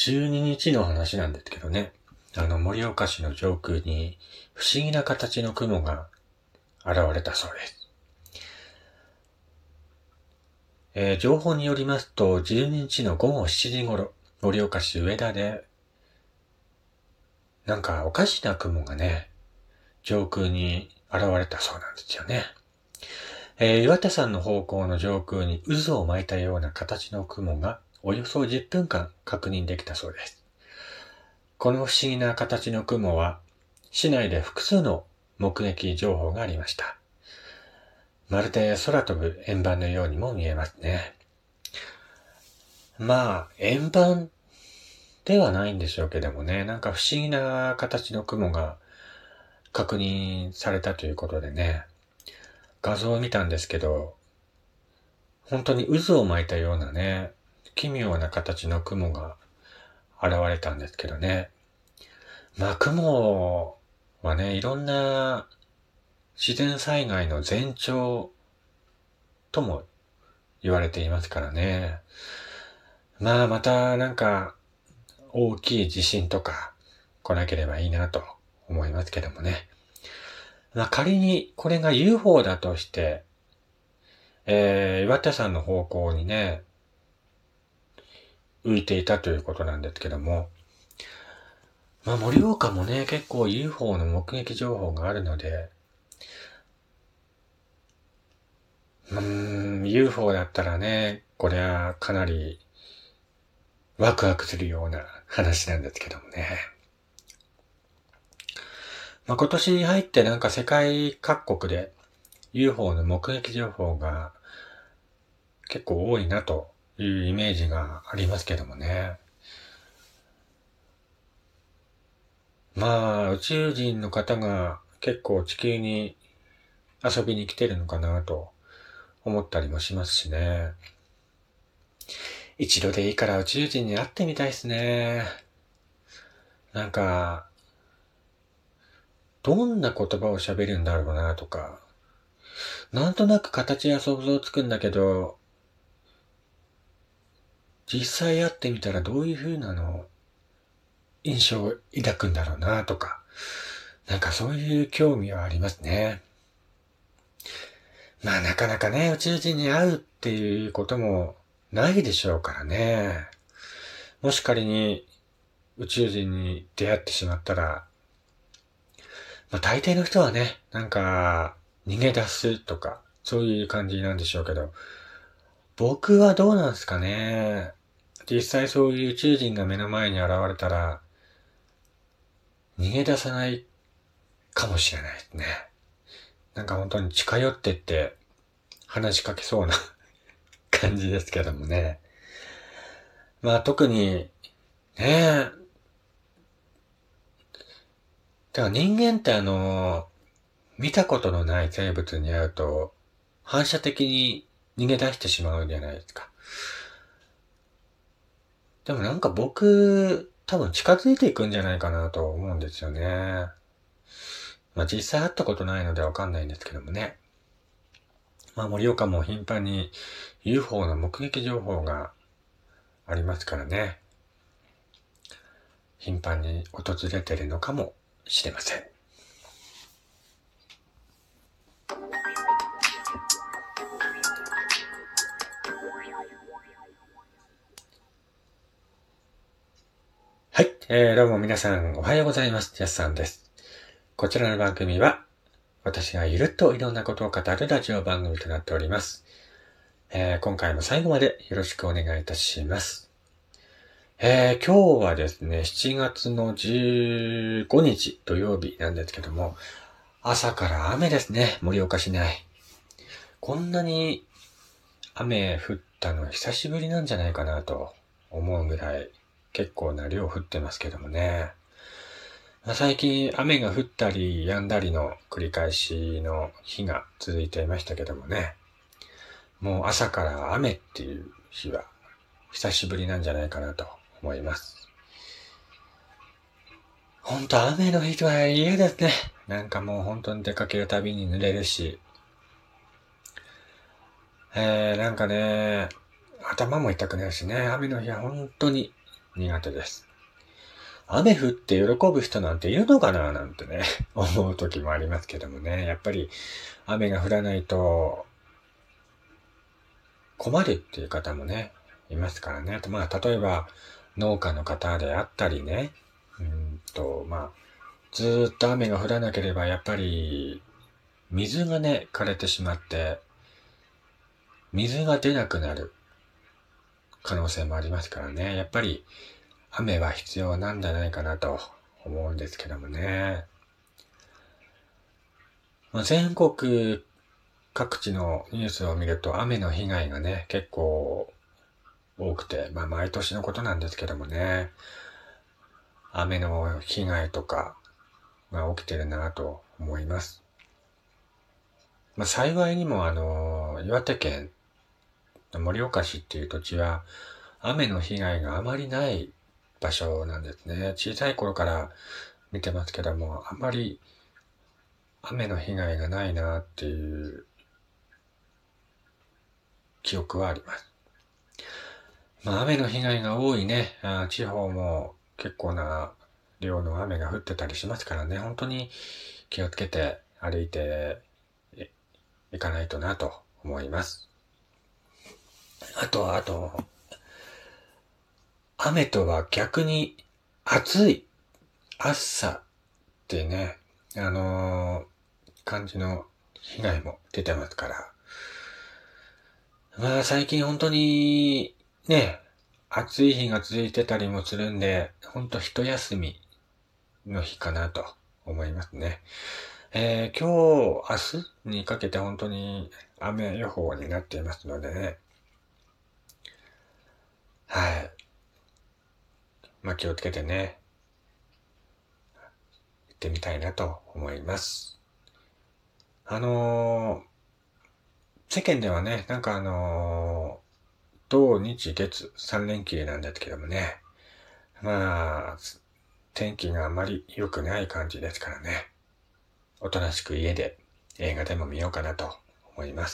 12日の話なんですけどね。盛岡市の上空に不思議な形の雲が現れたそうです。情報によりますと、12日の午後7時頃、盛岡市上田で、なんかおかしな雲がね、上空に現れたそうなんですよね。岩手山の方向の上空に渦を巻いたような形の雲がおよそ10分間確認できたそうです。この不思議な形の雲は、市内で複数の目撃情報がありました。まるで空飛ぶ円盤のようにも見えますね。円盤ではないんでしょうけどもね、なんか不思議な形の雲が確認されたということでね、画像を見たんですけど、本当に渦を巻いたようなね、奇妙な形の雲が現れたんですけどね。雲はね、いろんな自然災害の前兆とも言われていますからね。またなんか大きい地震とか来なければいいなと思いますけどもね。仮にこれが UFO だとして、岩手山の方向にね、浮いていたということなんですけども、盛岡もね、結構 UFO の目撃情報があるので、UFO だったらね、これはかなりワクワクするような話なんですけどもね。今年に入ってなんか世界各国で UFO の目撃情報が結構多いなというイメージがありますけどもね。宇宙人の方が結構地球に遊びに来てるのかなと思ったりもしますしね。一度でいいから宇宙人に会ってみたいですね。なんか、どんな言葉を喋るんだろうなとか、なんとなく形や想像つくんだけど、実際会ってみたらどういう風な印象を抱くんだろうなとか、なんかそういう興味はありますね。なかなかね、宇宙人に会うっていうこともないでしょうからね。もし仮に宇宙人に出会ってしまったら、大抵の人はね、なんか逃げ出すとか、そういう感じなんでしょうけど、僕はどうなんですかね。実際そういう宇宙人が目の前に現れたら、逃げ出さないかもしれないですね。なんか本当に近寄ってって話しかけそうな感じですけどもね。特に、ねだから人間って見たことのない生物に会うと、反射的に逃げ出してしまうんじゃないですか。でもなんか僕、多分近づいていくんじゃないかなと思うんですよね。実際会ったことないのでわかんないんですけどもね。盛岡も頻繁に UFO の目撃情報がありますからね。頻繁に訪れているのかもしれません。はい、どうも皆さんおはようございます。やすさんです。こちらの番組は私がゆるっといろんなことを語るラジオ番組となっております。今回も最後までよろしくお願いいたします。今日はですね、7月の15日土曜日なんですけども、朝から雨ですね、盛岡市内。こんなに雨降ったの久しぶりなんじゃないかなと思うぐらい結構な量降ってますけどもね。最近雨が降ったり止んだりの繰り返しの日が続いていましたけどもね。もう朝から雨っていう日は久しぶりなんじゃないかなと思います。ほんと雨の日は嫌ですね。なんかもう本当に出かけるたびに濡れるし。なんかね、頭も痛くなるしね、雨の日は本当に苦手です。雨降って喜ぶ人なんているのかななんてね、思う時もありますけどもね。やっぱり雨が降らないと困るっていう方もね、いますからね。例えば農家の方であったりね。ずーっと雨が降らなければやっぱり水がね、枯れてしまって、水が出なくなる可能性もありますからね。やっぱり雨は必要なんじゃないかなと思うんですけどもね。全国各地のニュースを見ると雨の被害がね、結構多くて、毎年のことなんですけどもね。雨の被害とかが起きてるなと思います。幸いにも岩手県盛岡市っていう土地は雨の被害があまりない場所なんですね。小さい頃から見てますけども、あまり雨の被害がないなっていう記憶はあります。雨の被害が多いね、地方も結構な量の雨が降ってたりしますからね、本当に気をつけて歩いていかないとなと思います。あと、雨とは逆に暑さってね、感じの被害も出てますから。最近本当にね、暑い日が続いてたりもするんで、本当一休みの日かなと思いますね。今日、明日にかけて本当に雨予報になっていますのでね。はい。気をつけてね、行ってみたいなと思います。世間ではね、土日月3連休なんですけどもね。天気があまり良くない感じですからね。おとなしく家で映画でも見ようかなと思います。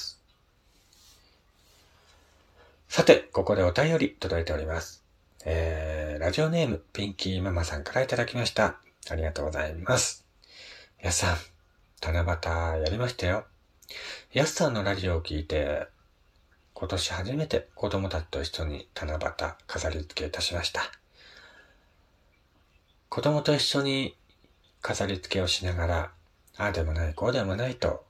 さて、ここでお便り届いております。ラジオネームピンキーママさんからいただきました。ありがとうございます。やすさん、七夕やりましたよ。やすさんのラジオを聞いて、今年初めて子供たちと一緒に七夕飾り付けいたしました。子供と一緒に飾り付けをしながら、ああでもない、こうでもないと、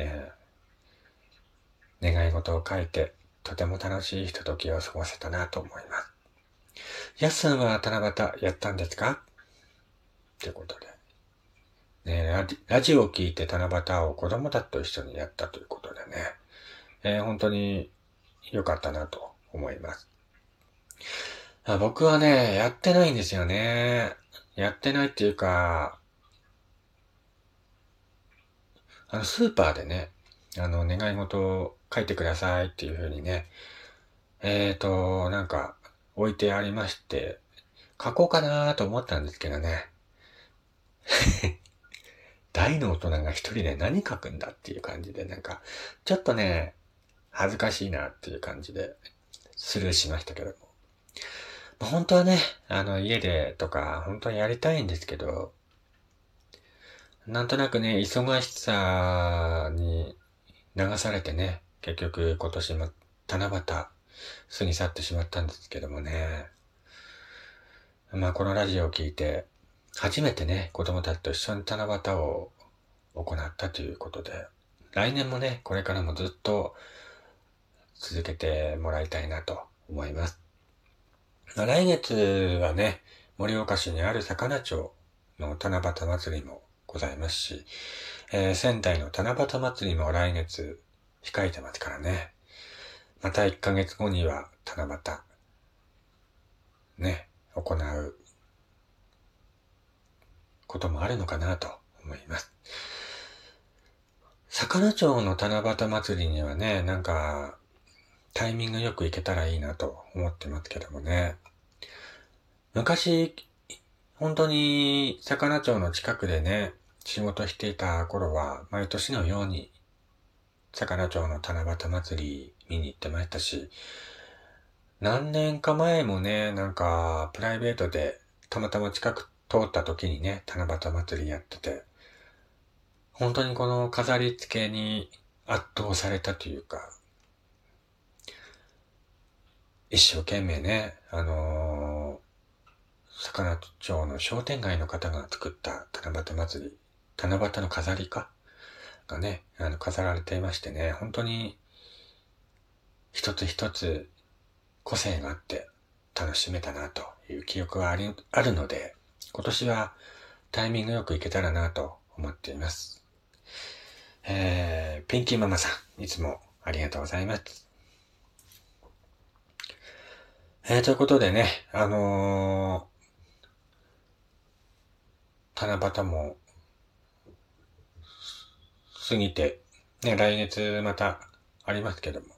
願い事を書いて、とても楽しいひとときを過ごせたなと思います。やすさんは七夕やったんですかということで。ラジオを聞いて七夕を子供たちと一緒にやったということでね。本当に良かったなと思います。僕はね、やってないんですよね。やってないっていうか、スーパーでね、願い事を書いてくださいっていう風にね、置いてありまして、書こうかなと思ったんですけどね。大の大人が一人で何書くんだっていう感じで、ちょっとね、恥ずかしいなっていう感じで、スルーしましたけども。本当はね、家でとか、本当にやりたいんですけど、なんとなくね、忙しさに流されてね、結局今年も七夕過ぎ去ってしまったんですけどもね。このラジオを聞いて、初めてね、子供たちと一緒に七夕を行ったということで、来年もね、これからもずっと続けてもらいたいなと思います。来月はね、盛岡市にある魚町の七夕祭りもございますし、仙台の七夕祭りも来月控えてますからね。また1ヶ月後には七夕ね、行うこともあるのかなと思います。魚町の七夕祭りにはね、タイミングよく行けたらいいなと思ってますけどもね。昔、本当に魚町の近くでね、仕事していた頃は、毎年のように、魚町の七夕祭り見に行ってましたし、 何年か前もね、なんか、プライベートでたまたま近く通った時にね、七夕祭りやってて、本当にこの飾り付けに圧倒されたというか、一生懸命ね、魚町の商店街の方が作った七夕祭り、七夕の飾りがね、飾られていましてね、本当に一つ一つ個性があって楽しめたなという記憶があるので、今年はタイミングよく行けたらなと思っています。ピンキーママさん、いつもありがとうございます。ということでね、七夕も過ぎて、ね、来月またありますけども。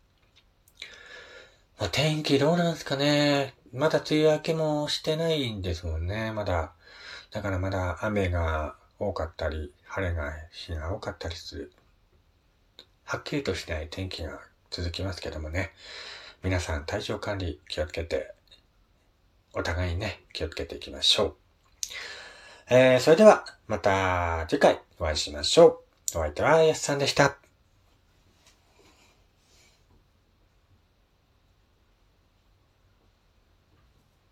天気どうなんですかね。まだ梅雨明けもしてないんですもんね、まだ。だからまだ雨が多かったり、晴れが日が多かったりする。はっきりとしない天気が続きますけどもね。皆さん体調管理気をつけて、お互いにね、気をつけていきましょう。それではまた次回お会いしましょう。お相手はやすさんでした。